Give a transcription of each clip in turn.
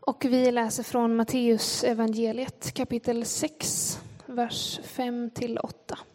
Och vi läser från Matteus evangeliet kapitel 6, vers 5-8.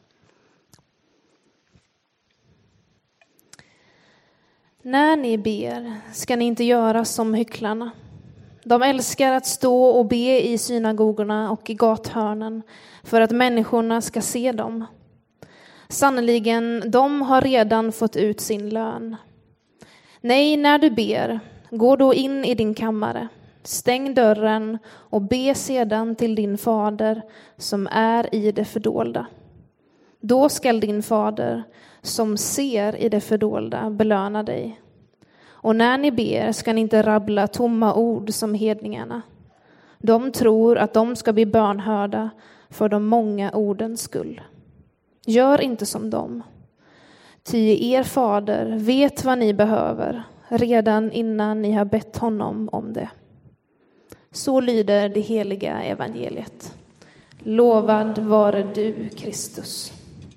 När ni ber ska ni inte göra som hycklarna. De älskar att stå och be i synagogorna och i gathörnen för att människorna ska se dem. Sannoliken, de har redan fått ut sin lön. Nej, när du ber, gå då in i din kammare. Stäng dörren och be sedan till din fader som är i det fördolda. Då skall din fader som ser i det fördolda belöna dig. Och när ni ber ska ni inte rabbla tomma ord som hedningarna. De tror att de ska bli bönhörda för de många ordens skull. Gör inte som dem. Ty er fader vet vad ni behöver redan innan ni har bett honom om det. Så lyder det heliga evangeliet. Lovad vare du, Kristus.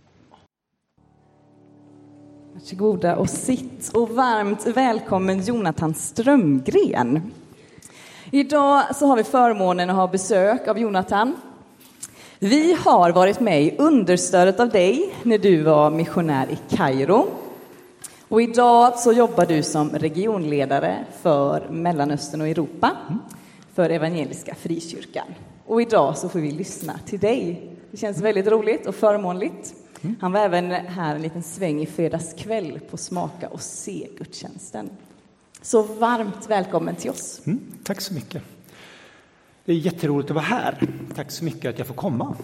Varsågoda och sitt, och varmt välkommen Jonathan Strömgren. Idag så har vi förmånen att ha besök av Jonathan. Vi har varit med i understödet av dig när du var missionär i Kairo. Och idag så jobbar du som regionledare för Mellanöstern och Europa för Evangeliska Frikyrkan. Och idag så får vi lyssna till dig. Det känns väldigt roligt och förmånligt. Han var även här en liten sväng i fredagskväll på Smaka och se gudstjänsten. Så varmt välkommen till oss. Tack så mycket. Det är jätteroligt att vara här. Tack så mycket att jag får komma.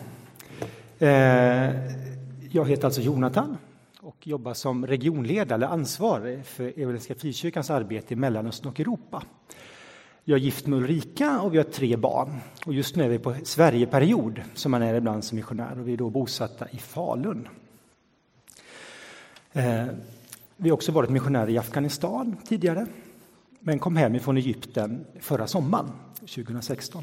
Jag heter alltså Jonathan och jobbar som regionledare eller ansvarig för Evangeliska Frikyrkans arbete i Mellanöstern och Europa. Jag är gift med Ulrika och vi har 3 barn. Och just nu är vi på Sverigeperiod som man är ibland som missionär. Och vi är då bosatta i Falun. Vi har också varit missionärer i Afghanistan tidigare. Men kom hem från Egypten förra sommaren, 2016.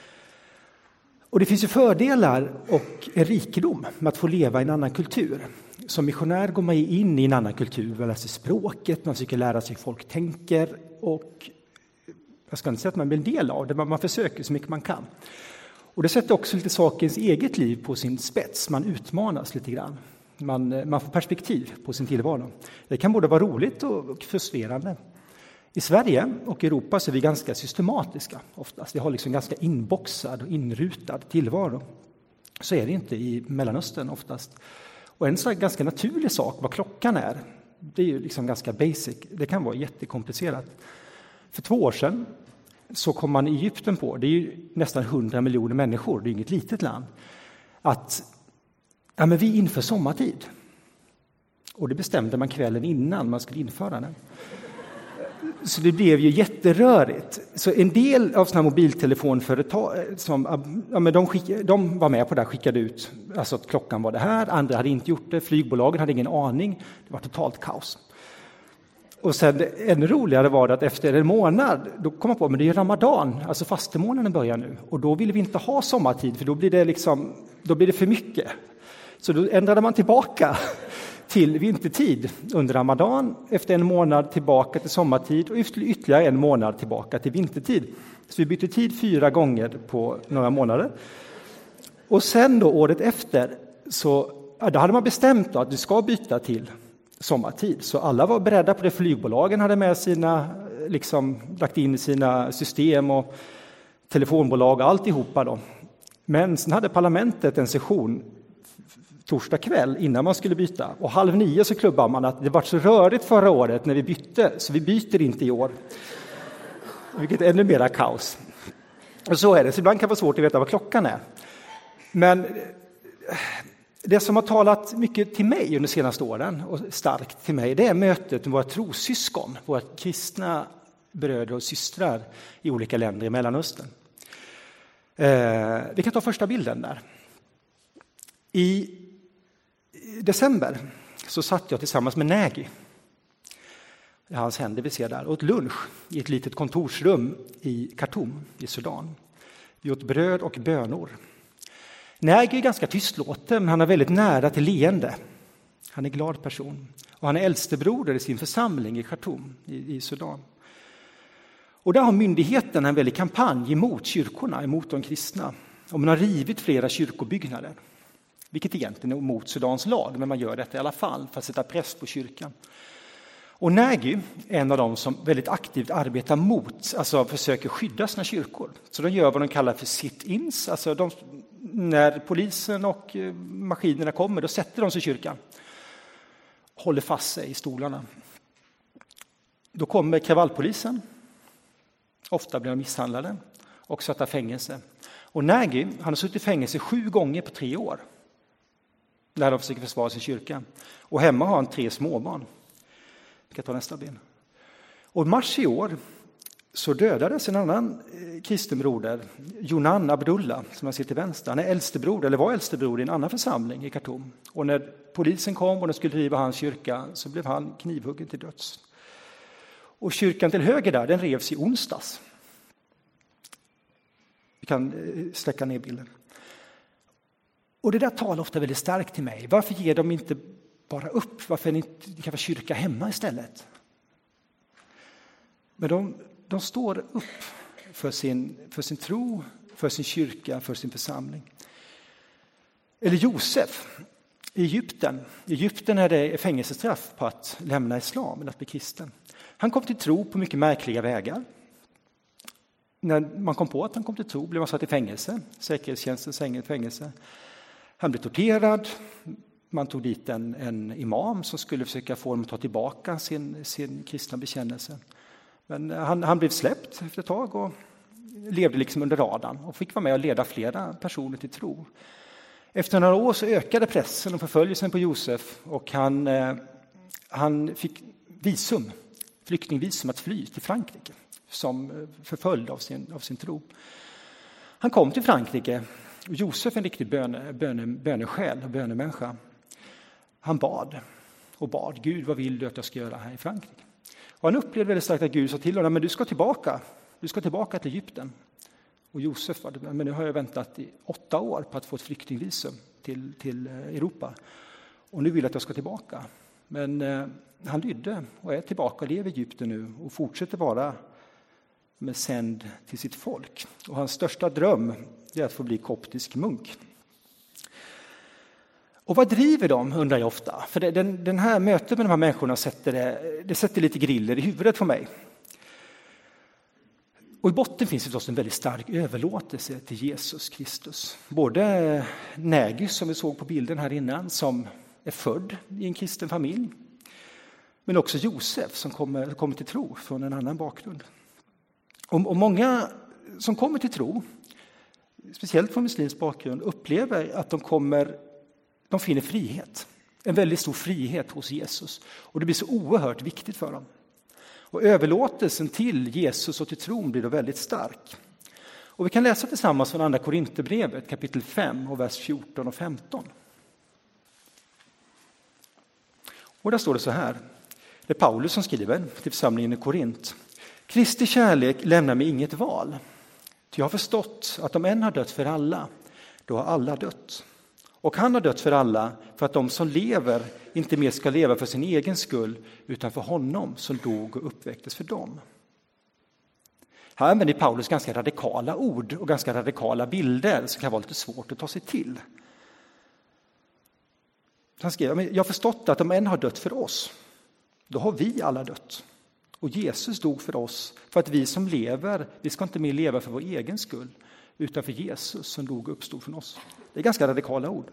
Och det finns ju fördelar och en rikedom med att få leva i en annan kultur. Som missionär går man in i en annan kultur. Man lär sig språket, man försöker lära sig hur folk tänker och... Jag ska inte säga att man blir en del av det, men man försöker så mycket man kan. Och det sätter också lite sakens eget liv på sin spets. Man utmanas lite grann. Man får perspektiv på sin tillvaro. Det kan både vara roligt och frustrerande. I Sverige och Europa så är vi ganska systematiska oftast. Vi har liksom ganska inboxad och inrutad tillvaro. Så är det inte i Mellanöstern oftast. Och en sån ganska naturlig sak, vad klockan är, det är ju liksom ganska basic. Det kan vara jättekomplicerat. För 2 år sedan så kom man i Egypten på, det är ju nästan 100 miljoner människor, det är inget litet land, att men vi inför sommartid. Och det bestämde man kvällen innan man skulle införa den. Så det blev ju jätterörigt. Så en del av sådana mobiltelefonföretag som de var med på det, skickade ut alltså att klockan var det här, andra hade inte gjort det, flygbolagen hade ingen aning, det var totalt kaos. Och sen ännu roligare var det att efter en månad, då kom man på, men det är ju Ramadan, alltså fastemånaden börjar nu. Och då ville vi inte ha sommartid, för då blir det för mycket. Så då ändrade man tillbaka till vintertid under Ramadan, efter en månad tillbaka till sommartid och efter ytterligare en månad tillbaka till vintertid. Så vi bytte tid 4 gånger på några månader. Och sen då året efter, så då hade man bestämt då att vi ska byta till sommartid. Så alla var beredda på det. Flygbolagen hade med sina, lagt in i sina system och telefonbolag och alltihopa då. Men sen hade parlamentet en session torsdag kväll innan man skulle byta. Och 8:30 så klubbade man att det var så rörigt förra året när vi bytte, så vi byter inte i år. Vilket är ännu mera kaos. Och så är det. Så ibland kan det vara svårt att veta vad klockan är. Men det som har talat mycket till mig under senaste åren och starkt till mig, det är mötet med våra trossyskon, våra kristna bröder och systrar i olika länder i Mellanöstern. Vi kan ta första bilden där. I december så satt jag tillsammans med Nagy. Hans händer vi ser där. Och åt lunch i ett litet kontorsrum i Khartoum i Sudan. Vi åt bröd och bönor. Nagy är ganska tystlåten, men han är väldigt nära till leende. Han är en glad person. Och han är äldstebroder i sin församling i Khartoum i Sudan. Och där har myndigheten en väldig kampanj emot kyrkorna, emot de kristna. Och man har rivit flera kyrkobyggnader, vilket egentligen är emot Sudans lag, men man gör detta i alla fall för att sätta press på kyrkan. Och Nagy är en av dem som väldigt aktivt arbetar mot, alltså försöker skydda sina kyrkor. Så de gör vad de kallar för sit-ins, alltså när polisen och maskinerna kommer, då sätter de sig i kyrkan. Håller fast sig i stolarna. Då kommer kravallpolisen, ofta blir de misshandlade och satta fängelse. Och Nagy, han har suttit i fängelse 7 gånger på 3 år. När de försöker försvara sin kyrka. Och hemma har han 3 småbarn. Vi kan ta nästa bild. Och i mars i år så dödades en annan kristen broder, Jonan Abdullah, som jag ser till vänster. Han är äldstebror, eller var äldstebror i en annan församling i Khartoum. Och när polisen kom och de skulle riva hans kyrka så blev han knivhuggen till döds. Och kyrkan till höger där, den revs i onsdags. Vi kan släcka ner bilden. Och det där talar ofta väldigt starkt till mig. Varför ger de inte bara upp? Varför är det inte kan vara kyrka hemma istället? Men de står upp för sin tro, för sin kyrka, för sin församling. Eller Josef i Egypten. I Egypten är det fängelsestraff på att lämna islam eller att bli kristen. Han kom till tro på mycket märkliga vägar. När man kom på att han kom till tro blev han satt i fängelse. Säkerhetstjänsten sängde i fängelse. Han blev torterad. Man tog dit en imam som skulle försöka få honom att ta tillbaka sin kristna bekännelse. Men han blev släppt efter ett tag och levde liksom under radarn och fick vara med och leda flera personer till tro. Efter några år så ökade pressen och förföljelsen på Josef och han fick flyktingvisum att fly till Frankrike som förföljd av sin tro. Han kom till Frankrike och Josef, en riktig bönesjäl och bönemänniska, han bad och bad, Gud, vad vill du att jag ska göra här i Frankrike? Och han upplevde väldigt starkt att Gud sa till honom, men du ska tillbaka till Egypten. Och Josef, men nu har jag väntat i 8 år på att få ett flyktingvisum till Europa. Och nu vill jag att jag ska tillbaka. Men han lydde och är tillbaka och lever i Egypten nu och fortsätter vara med sänd till sitt folk. Och hans största dröm är att få bli koptisk munk. Och vad driver de, undrar jag ofta. För den här mötet med de här människorna sätter lite griller i huvudet på mig. Och i botten finns det förstås en väldigt stark överlåtelse till Jesus Kristus. Både Nagy, som vi såg på bilden här innan, som är född i en kristen familj. Men också Josef som kommer till tro från en annan bakgrund. Och många som kommer till tro, speciellt från muslimsk bakgrund, upplever att de finner frihet. En väldigt stor frihet hos Jesus. Och det blir så oerhört viktigt för dem. Och överlåtelsen till Jesus och till tron blir då väldigt stark. Och vi kan läsa tillsammans från andra Korinthierbrevet, kapitel 5 och vers 14 och 15. Och där står det så här. Det är Paulus som skriver till församlingen i Korint. Kristi kärlek lämnar mig inget val. Jag har förstått att om en har dött för alla, då har alla dött. Och han har dött för alla, för att de som lever inte mer ska leva för sin egen skull, utan för honom som dog och uppväcktes för dem. Här använder Paulus ganska radikala ord och ganska radikala bilder som kan vara lite svårt att ta sig till. Han skriver, jag har förstått att om en har dött för oss, då har vi alla dött. Och Jesus dog för oss, för att vi som lever, vi ska inte mer leva för vår egen skull, utan för Jesus som dog och uppstod från oss. Det är ganska radikala ord.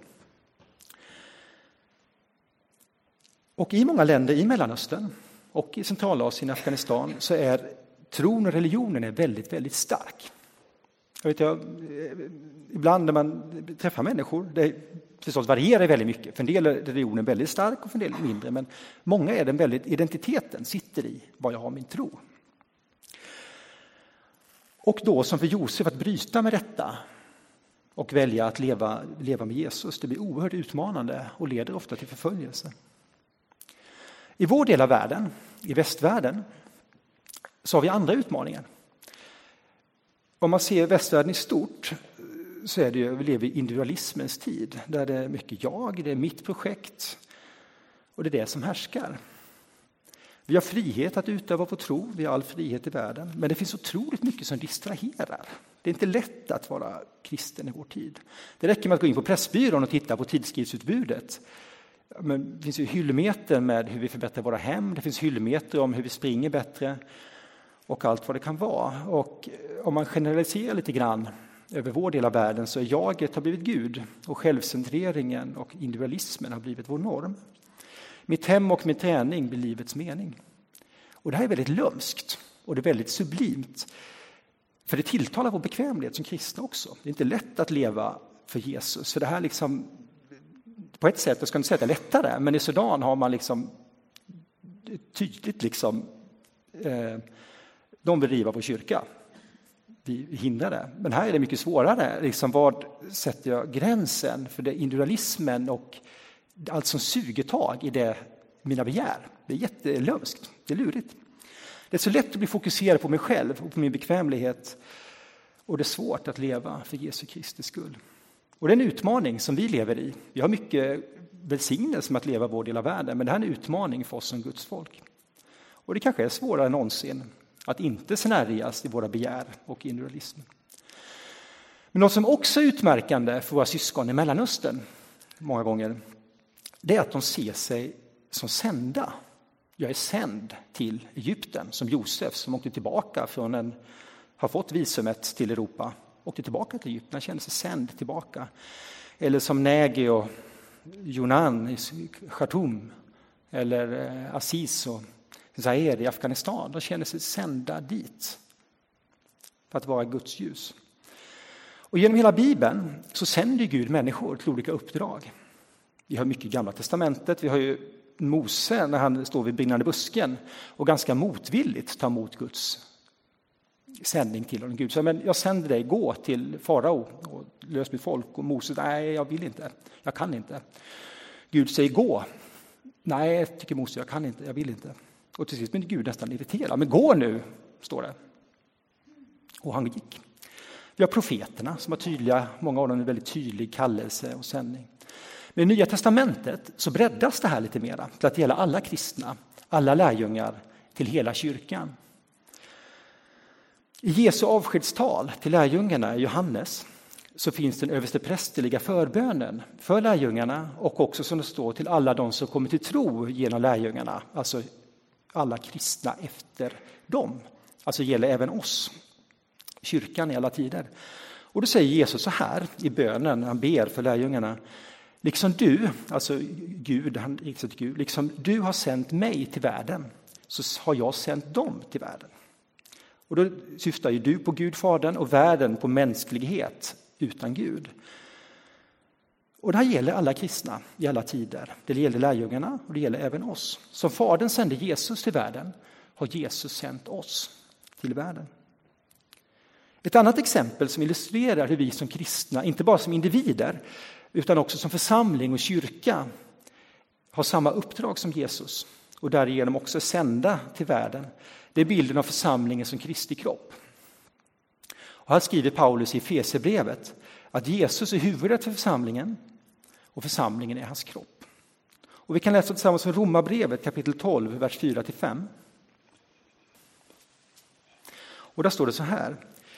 Och i många länder i Mellanöstern och i Centralasien och Afghanistan så är tron och religionen är väldigt, väldigt stark. Ibland när man träffar människor, det förstås varierar väldigt mycket. För en del är religionen väldigt stark och för en del mindre. Men många är den väldigt, identiteten sitter i vad jag har min tro. Och då som för Josef att bryta med detta och välja att leva med Jesus, det blir oerhört utmanande och leder ofta till förföljelse. I vår del av världen, i västvärlden, så har vi andra utmaningar. Om man ser västvärlden i stort så är det ju, vi lever i individualismens tid. Där det är mycket jag, det är mitt projekt och det är det som härskar. Vi har frihet att utöva vår tro, vi har all frihet i världen. Men det finns otroligt mycket som distraherar. Det är inte lätt att vara kristen i vår tid. Det räcker med att gå in på Pressbyrån och titta på tidskriftsutbudet. Men det finns ju hyllmeter med hur vi förbättrar våra hem, det finns hyllmeter om hur vi springer bättre och allt vad det kan vara. Och om man generaliserar lite grann över vår del av världen så är jaget har blivit Gud och självcentreringen och individualismen har blivit vår norm. Mitt hem och min träning blir livets mening. Och det här är väldigt lömskt och det är väldigt sublimt. För det tilltalar vår bekvämlighet som kristna också. Det är inte lätt att leva för Jesus. För det här liksom, på ett sätt, jag ska inte säga att det är lättare, men i Sudan har man liksom tydligt liksom, de vill riva vår kyrka. Vi hindrar det. Men här är det mycket svårare. Liksom, var sätter jag gränsen för det individualismen och allt som suger tag i det mina begär? Det är jättelömskt. Det är lurigt. Det är så lätt att bli fokuserad på mig själv och på min bekvämlighet. Och det är svårt att leva för Jesu Kristi skull. Och det är en utmaning som vi lever i. Vi har mycket välsignelse med att leva vår del av världen. Men det här är en utmaning för oss som Guds folk. Och det kanske är svårare än någonsin att inte snärjas i våra begär och individualism. Men något som också är utmärkande för våra syskon i Mellanöstern många gånger, det är att de ser sig som sända. Jag är sänd till Egypten, som Josef som åkte tillbaka från har fått visumet till Europa. Åkte tillbaka till Egypten, han kände sig sänd tillbaka. Eller som Negi och Yunan i Khartoum, eller Aziz och Zaire i Afghanistan. De känner sig sända dit för att vara Guds ljus. Och genom hela Bibeln så sänder Gud människor till olika uppdrag. Vi har mycket i Gamla testamentet. Vi har ju Mose när han står vid brinnande busken och ganska motvilligt tar emot Guds sändning till honom. Gud säger, men jag sänder dig, gå till farao och lös mitt folk. Och Mose, nej jag vill inte, jag kan inte. Gud säger, gå. Nej, tycker Mose, jag kan inte, jag vill inte. Och till sist blir Gud nästan irriterad. Men gå nu, står det. Och han gick. Vi har profeterna som har tydliga, många av dem är väldigt tydlig kallelse och sändning. Men i Nya testamentet så breddas det här lite mera till att gälla alla kristna, alla lärjungar till hela kyrkan. I Jesu avskedstal till lärjungarna i Johannes så finns den översteprästerliga förbönen för lärjungarna och också som det står till alla de som kommer till tro genom lärjungarna, alltså alla kristna efter dem. Alltså gäller även oss, kyrkan i alla tider. Och då säger Jesus så här i bönen, han ber för lärjungarna. Liksom du, alltså Gud, han riktar till Gud, liksom du har sänt mig till världen så har jag sänt dem till världen. Och då syftar ju du på Gud, Fadern, och världen på mänsklighet utan Gud. Och det här gäller alla kristna i alla tider. Det gäller lärjungarna och det gäller även oss. Som Fadern sände Jesus till världen har Jesus sänt oss till världen. Ett annat exempel som illustrerar hur vi som kristna, inte bara som individer, utan också som församling och kyrka, har samma uppdrag som Jesus och därigenom också sända till världen. Det är bilden av församlingen som Kristi kropp. Och här skriver Paulus i Efesierbrevet att Jesus är huvudet för församlingen och församlingen är hans kropp. Och vi kan läsa tillsammans från Romarbrevet kapitel 12, vers 4-5. Och där står det så här.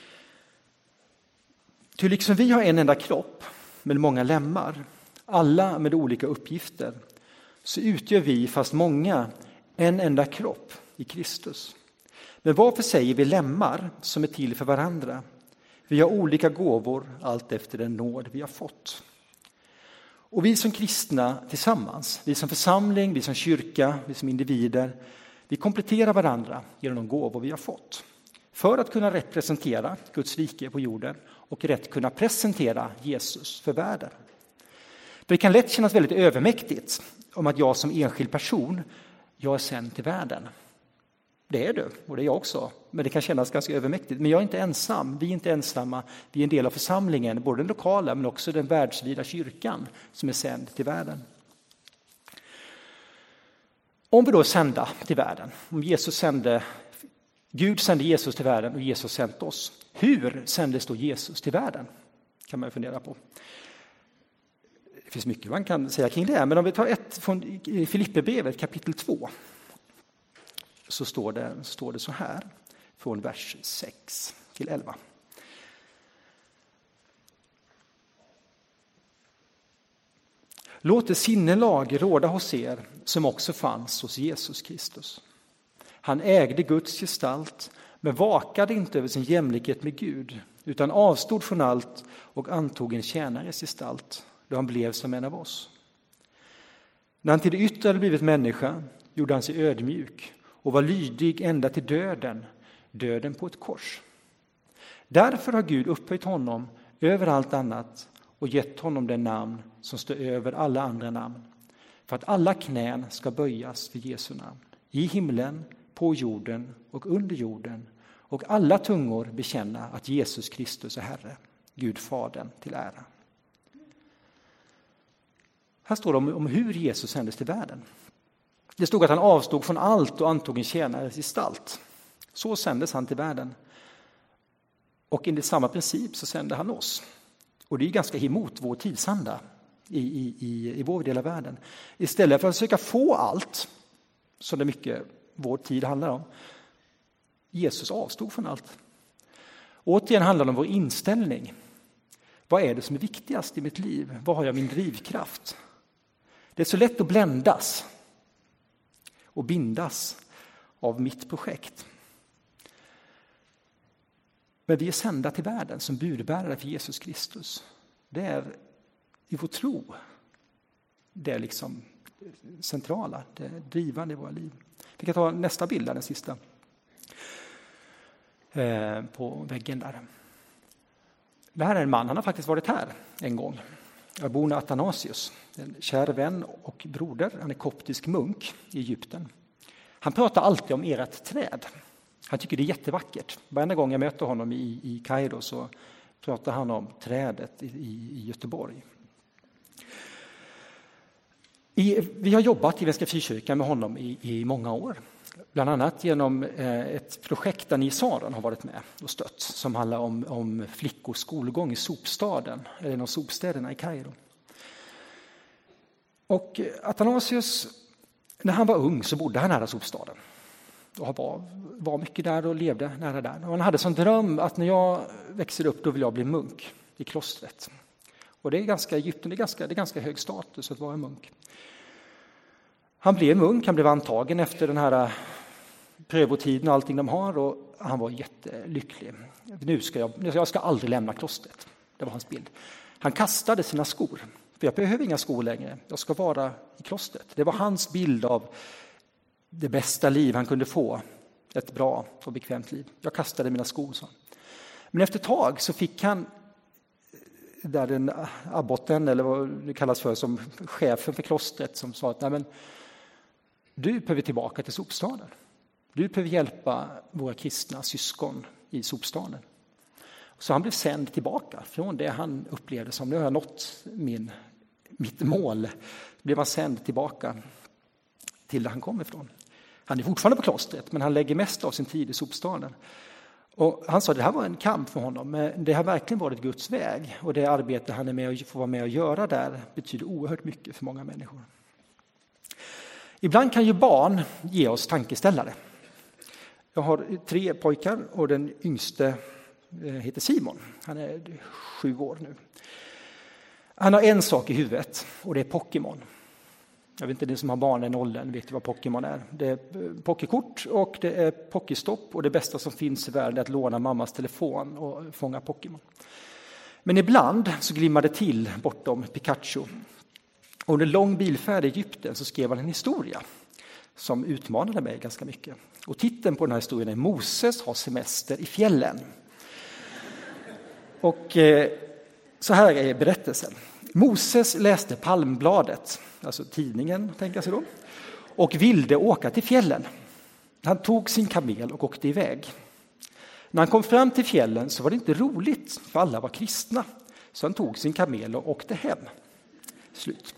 Ty liksom vi har en enda kropp med många lemmar, alla med olika uppgifter, så utgör vi, fast många, en enda kropp i Kristus. Men varför säger vi lemmar som är till för varandra? Vi har olika gåvor allt efter den nåd vi har fått. Och vi som kristna tillsammans, vi som församling, vi som kyrka, vi som individer, vi kompletterar varandra genom de gåvor vi har fått. För att kunna representera Guds rike på jorden och rätt kunna presentera Jesus för världen. För det kan lätt kännas väldigt övermäktigt om att jag som enskild person, jag är sänd till världen. Det är du, och det är jag också. Men det kan kännas ganska övermäktigt. Men jag är inte ensam, vi är inte ensamma. Vi är en del av församlingen, både den lokala men också den världsvida kyrkan som är sänd till världen. Om vi då är sända till världen, om Gud sände Jesus till världen och Jesus sänt oss. Hur sändes då Jesus till världen? Kan man fundera på. Det finns mycket man kan säga kring det. Men om vi tar ett från Filipperbrevet kapitel 2. så står det så här från vers 6 till 11. Låt det sinnelag råda hos er som också fanns hos Jesus Kristus. Han ägde Guds gestalt, men vakade inte över sin jämlikhet med Gud, utan avstod från allt och antog en tjänares gestalt, då han blev som en av oss. När han till det yttre hade blivit människa gjorde han sig ödmjuk och var lydig ända till döden på ett kors. Därför har Gud upphöjt honom över allt annat och gett honom den namn som står över alla andra namn, för att alla knän ska böjas för Jesu namn, i himlen, på jorden och under jorden, och alla tungor bekänna att Jesus Kristus är Herre, Gud Fadern till ära. Här står det om hur Jesus sändes till världen. Det stod att han avstod från allt och antog en tjänares gestalt. Så sändes han till världen. Och enligt samma princip så sände han oss. Och det är ganska emot vår tidsanda i vår del av världen. Istället för att försöka få allt, som det mycket vår tid handlar om, Jesus avstod från allt. Återigen handlar det om vår inställning. Vad är det som är viktigast i mitt liv? Vad har jag min drivkraft? Det är så lätt att bländas och bindas av mitt projekt. Men vi är sända till världen som budbärare för Jesus Kristus. Det är i vår tro. Det är liksom centrala, det är drivande i våra liv. Vi kan ta nästa bild, den sista. På väggen där. Det här är en man, han har faktiskt varit här en gång. Abuna Athanasius, en kär vän och broder. Han är koptisk munk i Egypten. Han pratar alltid om ert träd. Han tycker det är jättevackert. Varje gång jag möter honom i Kairo så pratar han om trädet i Göteborg. Vi har jobbat i Västra Frikyrkan med honom i många år. Bland annat genom ett projekt där ni i Saron har varit med och stött. Som handlar om flickors skolgång i sopstaden, eller en av sopstäderna i Kairo. Och Athanasius, när han var ung så bodde han nära sopstaden. Och var mycket där och levde nära där. Och han hade som dröm att när jag växer upp då vill jag bli munk i klostret. Och det är ganska Egypten, det är ganska hög status att vara munk. Han blev munk, han blev antagen efter den här prövotiden och allting de har, och han var jättelycklig. Jag ska aldrig lämna klostret. Det var hans bild. Han kastade sina skor. För jag behöver inga skor längre. Jag ska vara i klostret. Det var hans bild av det bästa liv han kunde få. Ett bra och bekvämt liv. Jag kastade mina skor, så. Men efter ett tag så fick han där den abboten, eller vad det kallas för, som chefen för klostret, som sa att nej, men du behöver tillbaka till sopstaden. Du behöver hjälpa våra kristna syskon i sopstaden. Så han blev sänd tillbaka från det han upplevde som nu har jag nått mitt mål. Blev han sänd tillbaka till där han kom ifrån. Han är fortfarande på klostret, men han lägger mest av sin tid i sopstaden. Och han sa att det här var en kamp för honom, men det har verkligen varit Guds väg. Och det arbete han är med och får vara med och göra där betyder oerhört mycket för många människor. Ibland kan ju barn ge oss tankeställare. Jag har 3 pojkar och den yngste heter Simon. Han är 7 år nu. Han har en sak i huvudet och det är Pokémon. Jag vet inte, ni som har barn i den åldern vet vad Pokémon är. Det är Pokekort och det är Pokéstopp, och det bästa som finns i världen är att låna mammas telefon och fånga Pokémon. Men ibland så glimmar det till bortom Pikachu. Och under lång bilfärd i Egypten så skrev han en historia som utmanade mig ganska mycket. Och titeln på den här historien är Moses har semester i fjällen. Och så här är berättelsen. Moses läste Palmbladet, alltså tidningen tänker jag sig då, och ville åka till fjällen. Han tog sin kamel och åkte iväg. När han kom fram till fjällen så var det inte roligt, för alla var kristna. Så han tog sin kamel och åkte hem. Slut.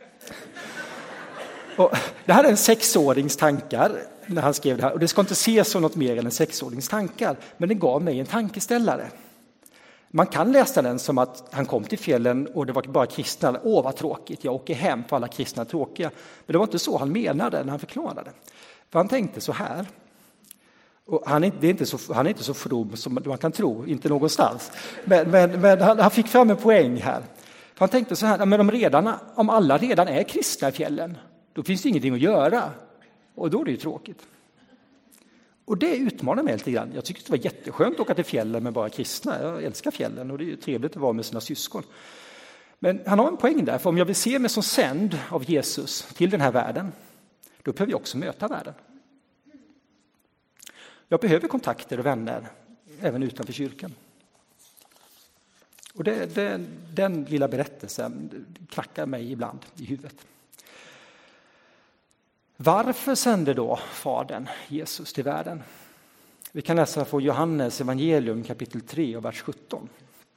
Och det här är en 6-årings tankar när han skrev det här. Och det ska inte ses som något mer än en 6-årings tankar. Men det gav mig en tankeställare. Man kan läsa den som att han kom till fjällen och det var bara kristna. Åh vad tråkigt, jag åker hem för alla kristna är tråkiga. Men det var inte så han menade när han förklarade. För han tänkte så här. Och han är inte så from som man kan tro, inte någonstans. Men han fick fram en poäng här. För han tänkte så här, men om alla redan är kristna i fjällen, då finns det ingenting att göra. Och då är det ju tråkigt. Och det utmanar mig lite grann. Jag tycker det var jätteskönt att åka till fjällen med bara kristna. Jag älskar fjällen och det är ju trevligt att vara med sina syskon. Men han har en poäng där, för om jag vill se mig som sänd av Jesus till den här världen, då behöver jag också möta världen. Jag behöver kontakter och vänner även utanför kyrkan. Och den lilla berättelsen knackar mig ibland i huvudet. Varför sände då Fadern Jesus till världen? Vi kan läsa från Johannes evangelium kapitel 3 och vers 17.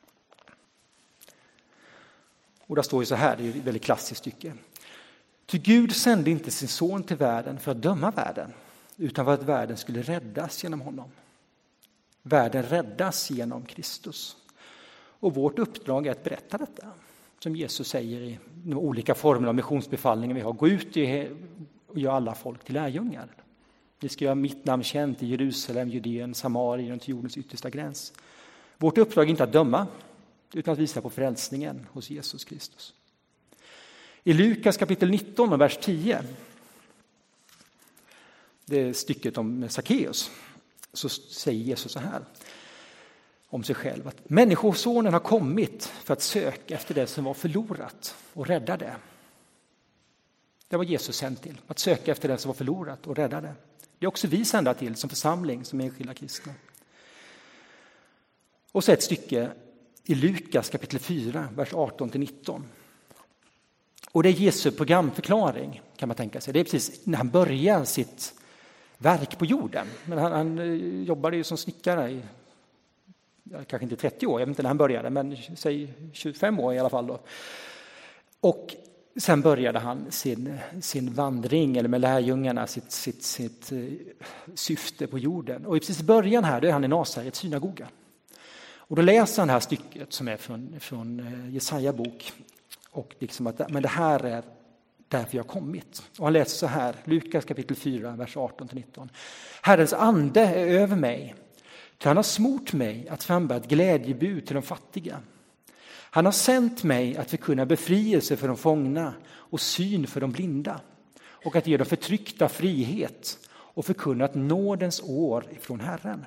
Och där står ju så här, det är ett väldigt klassiskt stycke. Ty Gud sände inte sin son till världen för att döma världen, utan för att världen skulle räddas genom honom. Världen räddas genom Kristus. Och vårt uppdrag är att berätta detta, som Jesus säger i de olika former av missionsbefallningar vi har. Gå ut och gör alla folk till lärjungar. Ni ska göra mitt namn känt i Jerusalem, Judeen, Samarien och till jordens yttersta gräns. Vårt uppdrag är inte att döma, utan att visa på frälsningen hos Jesus Kristus. I Lukas kapitel 19 och vers 10, det är stycket om Sackeus, så säger Jesus så här om sig själv, att människosonen har kommit för att söka efter det som var förlorat och rädda det. Det var Jesus sänd till, att söka efter det som var förlorat och rädda det. Det är också vi sända till som församling, som enskilda kristna. Och så ett stycke i Lukas kapitel 4, vers 18-19. Och det är Jesu programförklaring, kan man tänka sig. Det är precis när han börjar sitt verk på jorden. Men han jobbade ju som snickare i kanske inte 30 år, jag vet inte när han började, men säg 25 år i alla fall då. Och sen började han sin vandring, eller med lärjungarna, sitt syfte på jorden. Och precis i början här, då är han i Nasarets synagoga. Och då läser han det här stycket som är från Jesaja bok. Och liksom men det här är därför jag har kommit. Och han läser så här, Lukas kapitel 4, vers 18-19. Herrens ande är över mig. För han har smort mig att frambära ett glädjebud till de fattiga. Han har sänt mig att förkunna befrielse för de fångna och syn för de blinda. Och att ge de förtryckta frihet och förkunna ett nådens år ifrån Herren.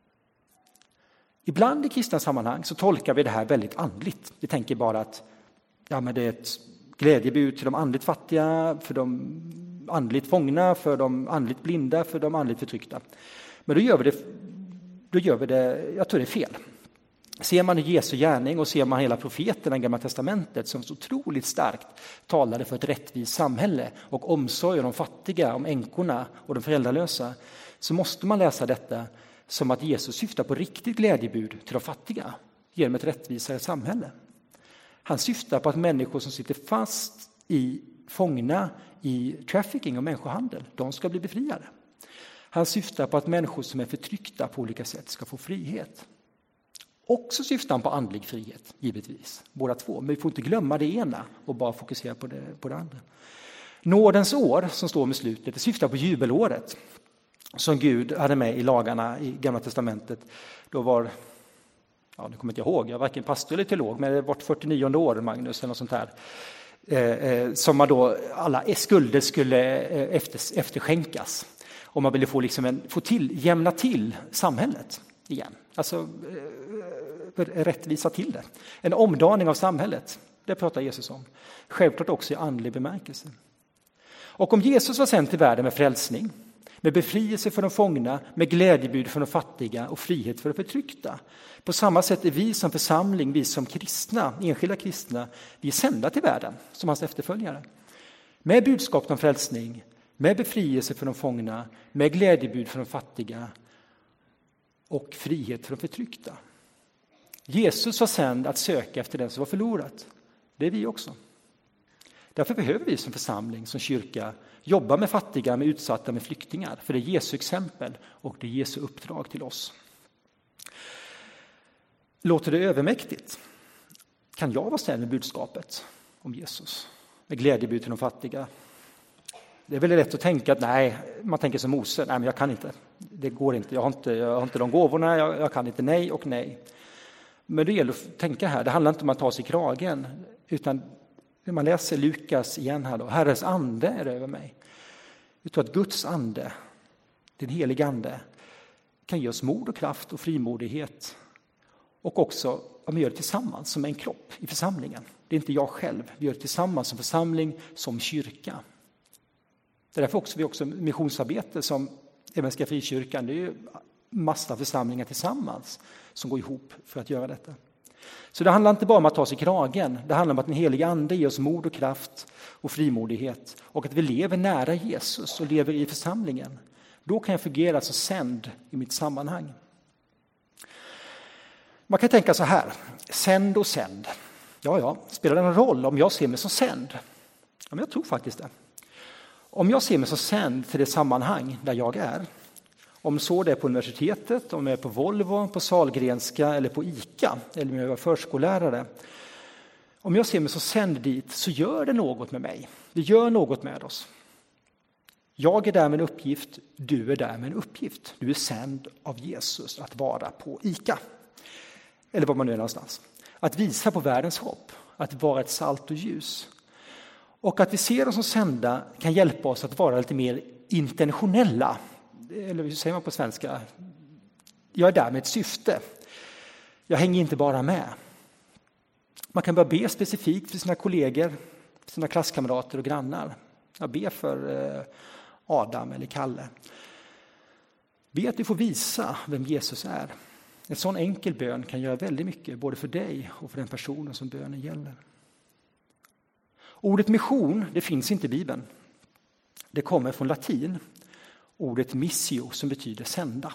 Ibland i kristna sammanhang så tolkar vi det här väldigt andligt. Vi tänker bara att men det är ett glädjebud till de andligt fattiga, för de andligt fångna, för de andligt blinda, för de andligt förtryckta. Men då gör vi det, jag tror det är fel. Ser man Jesu gärning och ser man hela profeterna i Gamla testamentet som så otroligt starkt talade för ett rättvist samhälle och omsorg om de fattiga, om änkorna och de föräldralösa, så måste man läsa detta som att Jesus syftar på riktigt glädjebud till de fattiga genom ett rättvisare samhälle. Han syftar på att människor som sitter fast fångna i trafficking och människohandel, de ska bli befriade. Han syftar på att människor som är förtryckta på olika sätt ska få frihet. Också syftar han på andlig frihet, givetvis. Båda två. Men vi får inte glömma det ena och bara fokusera på det andra. Nådens år, som står med slutet, det syftar på jubelåret. Som Gud hade med i lagarna i Gamla testamentet. Då var, nu kommer inte jag ihåg, jag är varken pastor eller teolog, men det var 49:e år, Magnus, eller något sånt här. Som man då, alla skulder skulle efterskänkas. Om man ville jämna till samhället igen. Alltså rättvisa till det. En omdaning av samhället, det pratar Jesus om. Självklart också i andlig bemärkelse. Och om Jesus var sänd till världen med frälsning, med befrielse för de fångna, med glädjebud för de fattiga och frihet för de förtryckta. På samma sätt är vi som församling, vi som kristna, enskilda kristna, vi är sända till världen som hans efterföljare. Med budskap om frälsning, med befrielse för de fångna, med glädjebud för de fattiga och frihet för de förtryckta. Jesus var sänd att söka efter den som var förlorat. Det är vi också. Därför behöver vi som församling, som kyrka, jobba med fattiga, med utsatta, med flyktingar. För det är Jesu exempel och det är Jesu uppdrag till oss. Låter det övermäktigt? Kan jag vara sänd med budskapet om Jesus? Med glädjebud till de fattiga? Det är väldigt lätt att tänka att nej, man tänker som Mose, nej men jag kan inte. Det går inte, jag har inte de gåvorna, jag kan inte, nej och nej. Men det gäller att tänka här, det handlar inte om att ta sig i kragen, utan när man läser Lukas igen här då, Herrens ande är över mig. Vi tror att Guds ande, den helige ande, kan ge oss mod och kraft och frimodighet. Och också att vi gör det tillsammans som en kropp i församlingen. Det är inte jag själv, vi gör det tillsammans som församling, som kyrka. Det är därför vi också missionsarbete som Evangeliska Frikyrkan, det är ju massa församlingar tillsammans som går ihop för att göra detta. Så det handlar inte bara om att ta sig i kragen, det handlar om att den heliga ande ger oss mod och kraft och frimodighet och att vi lever nära Jesus och lever i församlingen. Då kan jag fungera som sänd i mitt sammanhang. Man kan tänka så här, sänd och sänd. Ja, spelar det någon roll om jag ser mig som sänd? Ja, men jag tror faktiskt det. Om jag ser mig som sänd till det sammanhang där jag är, om så det är på universitetet, om jag är på Volvo, på Sahlgrenska eller på ICA, eller om jag är förskollärare. Om jag ser mig som sänd dit så gör det något med mig. Det gör något med oss. Jag är där med en uppgift, du är där med en uppgift. Du är sänd av Jesus att vara på ICA. Eller var man nu är någonstans. Att visa på världens hopp, att vara ett salt och ljus. Och att vi ser oss som sända kan hjälpa oss att vara lite mer intentionella. Eller hur säger man på svenska? Jag är där med ett syfte. Jag hänger inte bara med. Man kan börja be specifikt för sina kollegor, för sina klasskamrater och grannar. Jag ber för Adam eller Kalle. Be att du får visa vem Jesus är. En sån enkel bön kan göra väldigt mycket, både för dig och för den personen som bönen gäller. Ordet mission, det finns inte i Bibeln. Det kommer från latin. Ordet missio som betyder sända.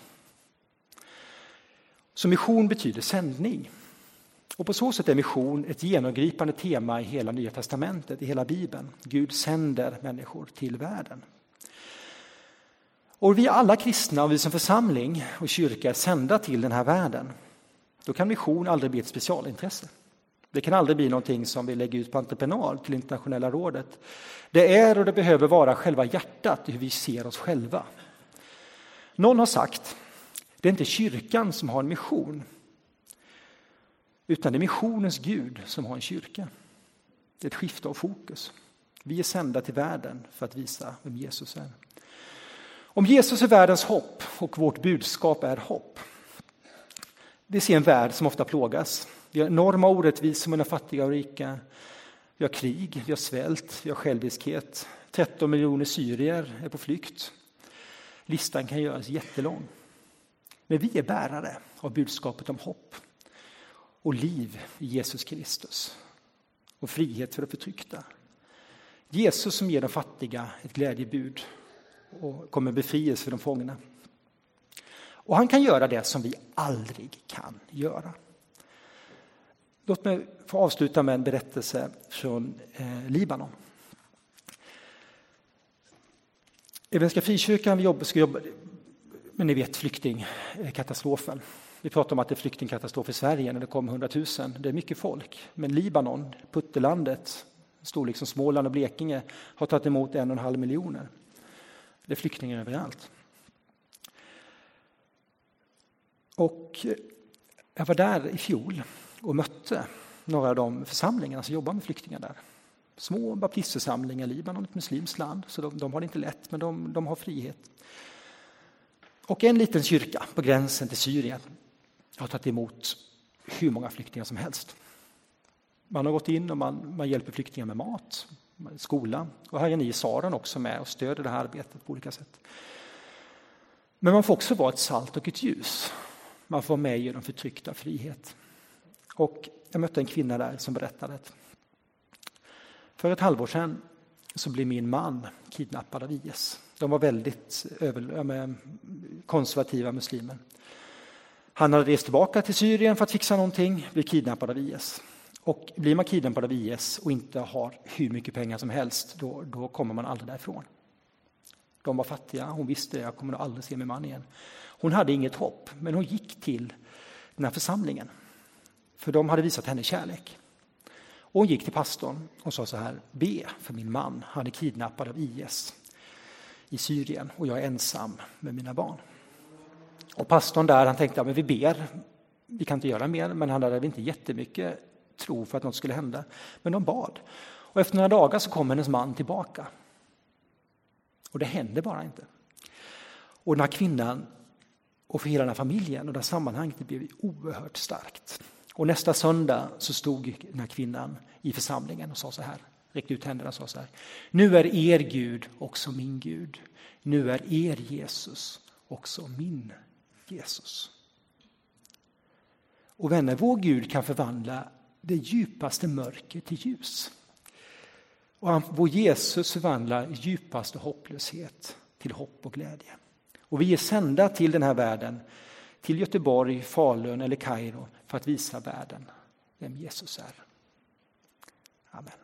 Så mission betyder sändning. Och på så sätt är mission ett genomgripande tema i hela Nya testamentet, i hela Bibeln. Gud sänder människor till världen. Och vi alla kristna och vi som församling och kyrka är sända till den här världen. Då kan mission aldrig bli ett specialintresse. Det kan aldrig bli någonting som vi lägger ut på entreprenad till internationella rådet. Det är och det behöver vara själva hjärtat i hur vi ser oss själva. Någon har sagt, det är inte kyrkan som har en mission, utan det är missionens Gud som har en kyrka. Det är ett skifte av fokus. Vi är sända till världen för att visa vem Jesus är. Om Jesus är världens hopp och vårt budskap är hopp. Vi ser en värld som ofta plågas. Vi har enorma orättvisor mellan fattiga och rika. Vi har krig, vi har svält, vi har själviskhet. 13 miljoner syrier är på flykt. Listan kan göras jättelång. Men vi är bärare av budskapet om hopp och liv i Jesus Kristus. Och frihet för de förtryckta. Jesus som ger de fattiga ett glädjebud och kommer befrielse för de fångna. Och han kan göra det som vi aldrig kan göra. Låt mig få avsluta med en berättelse från Libanon. Evangeliska Frikyrkan ska jobba, men ni vet flyktingkatastrofen. Vi pratar om att det är flyktingkatastrof i Sverige när det kom 100 000. Det är mycket folk. Men Libanon, puttelandet, storlek som Småland och Blekinge, har tagit emot 1,5 miljoner. Det är flyktingar överallt. Och jag var där i fjol och mötte några av de församlingarna som jobbar med flyktingar där. Små baptistförsamlingar i Libanon, ett muslimskt land, så de har det inte lätt, men de har frihet. Och en liten kyrka på gränsen till Syrien har tagit emot hur många flyktingar som helst. Man har gått in och man hjälper flyktingar med mat, skola. Och här är ni i Saren också med och stöder det här arbetet på olika sätt. Men man får också vara ett salt och ett ljus. Man får vara med i de förtryckta frihet. Och jag mötte en kvinna där som berättade att för ett halvår sedan så blev min man kidnappad av IS. De var väldigt konservativa muslimer. Han hade rest tillbaka till Syrien för att fixa någonting, blev kidnappad av IS. Och blir man kidnappad av IS och inte har hur mycket pengar som helst, då kommer man aldrig därifrån. De var fattiga, hon visste det, jag kommer nog aldrig se min man igen. Hon hade inget hopp, men hon gick till den här församlingen. För de hade visat henne kärlek. Och hon gick till pastorn och sa så här, be för min man, han är kidnappad av IS. i Syrien och jag är ensam med mina barn. Och pastorn där, han tänkte, ja, men vi ber, vi kan inte göra mer, men han hade inte jättemycket tro för att något skulle hända. Men de bad. Och efter några dagar så kom hennes man tillbaka. Och det hände bara inte. Och den här kvinnan och för hela den här familjen och det här sammanhanget, det blev oerhört starkt. Och nästa söndag så stod den här kvinnan i församlingen och sa så här, räckte ut händerna och sa så här: nu är er Gud också min Gud. Nu är er Jesus också min Jesus. Och vänner, vår Gud kan förvandla det djupaste mörker till ljus. Och vår Jesus förvandlar djupaste hopplöshet till hopp och glädje. Och vi är sända till den här världen, till Göteborg, Falun eller Kairo för att visa världen vem Jesus är. Amen.